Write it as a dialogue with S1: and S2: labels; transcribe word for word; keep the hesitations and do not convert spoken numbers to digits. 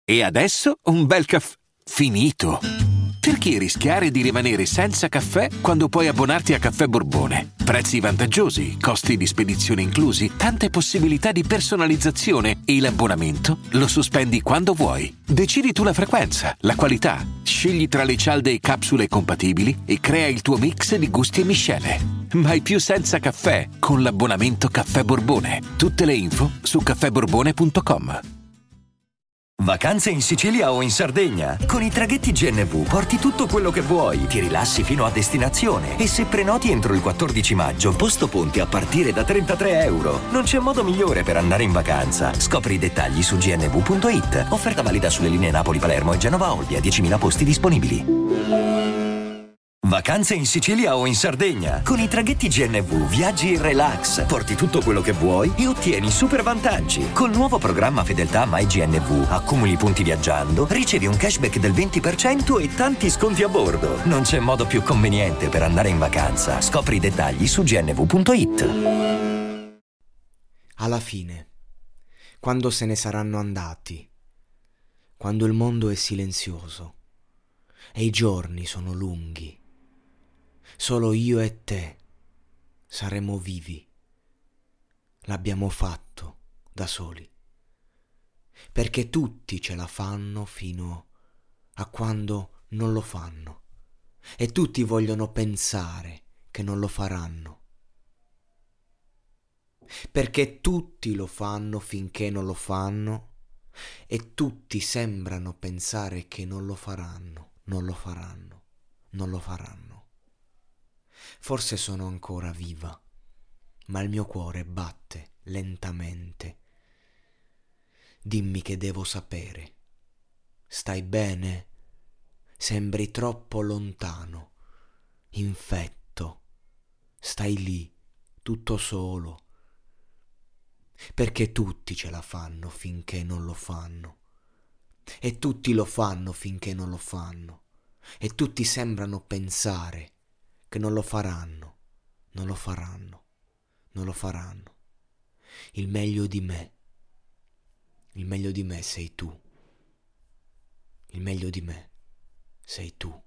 S1: E adesso un bel caffè finito. Perché rischiare di rimanere senza caffè quando puoi abbonarti a Caffè Borbone? Prezzi vantaggiosi, costi di spedizione inclusi, tante possibilità di personalizzazione e l'abbonamento lo sospendi quando vuoi. Decidi tu la frequenza, la qualità, scegli tra le cialde e capsule compatibili e crea il tuo mix di gusti e miscele. Mai più senza caffè con l'abbonamento Caffè Borbone. Tutte le info su caffè borbone punto com.
S2: Vacanze in Sicilia o in Sardegna? Con i traghetti G N V porti tutto quello che vuoi, ti rilassi fino a destinazione e se prenoti entro il quattordici maggio, posto ponti a partire da trentatré euro. Non c'è modo migliore per andare in vacanza. Scopri i dettagli su g n v punto i t. Offerta valida sulle linee Napoli-Palermo e Genova-Olbia, diecimila posti disponibili. Vacanze in Sicilia o in Sardegna? Con i traghetti G N V viaggi in relax, porti tutto quello che vuoi e ottieni super vantaggi. Col nuovo programma Fedeltà MyGNV accumuli punti viaggiando, ricevi un cashback del venti per cento e tanti sconti a bordo. Non c'è modo più conveniente per andare in vacanza. Scopri i dettagli su g n v punto i t.
S3: Alla fine, quando se ne saranno andati, quando il mondo è silenzioso e i giorni sono lunghi, solo io e te saremo vivi. L'abbiamo fatto da soli, perché tutti ce la fanno fino a quando non lo fanno e tutti vogliono pensare che non lo faranno, perché tutti lo fanno finché non lo fanno e tutti sembrano pensare che non lo faranno, non lo faranno, non lo faranno. Forse sono ancora viva, ma il mio cuore batte lentamente. Dimmi che devo sapere. Stai bene? Sembri troppo lontano, infetto. Stai lì, tutto solo. Perché tutti ce la fanno finché non lo fanno. E tutti lo fanno finché non lo fanno. E tutti sembrano pensare che non lo faranno, non lo faranno, non lo faranno. Il meglio di me, il meglio di me sei tu. Il meglio di me sei tu.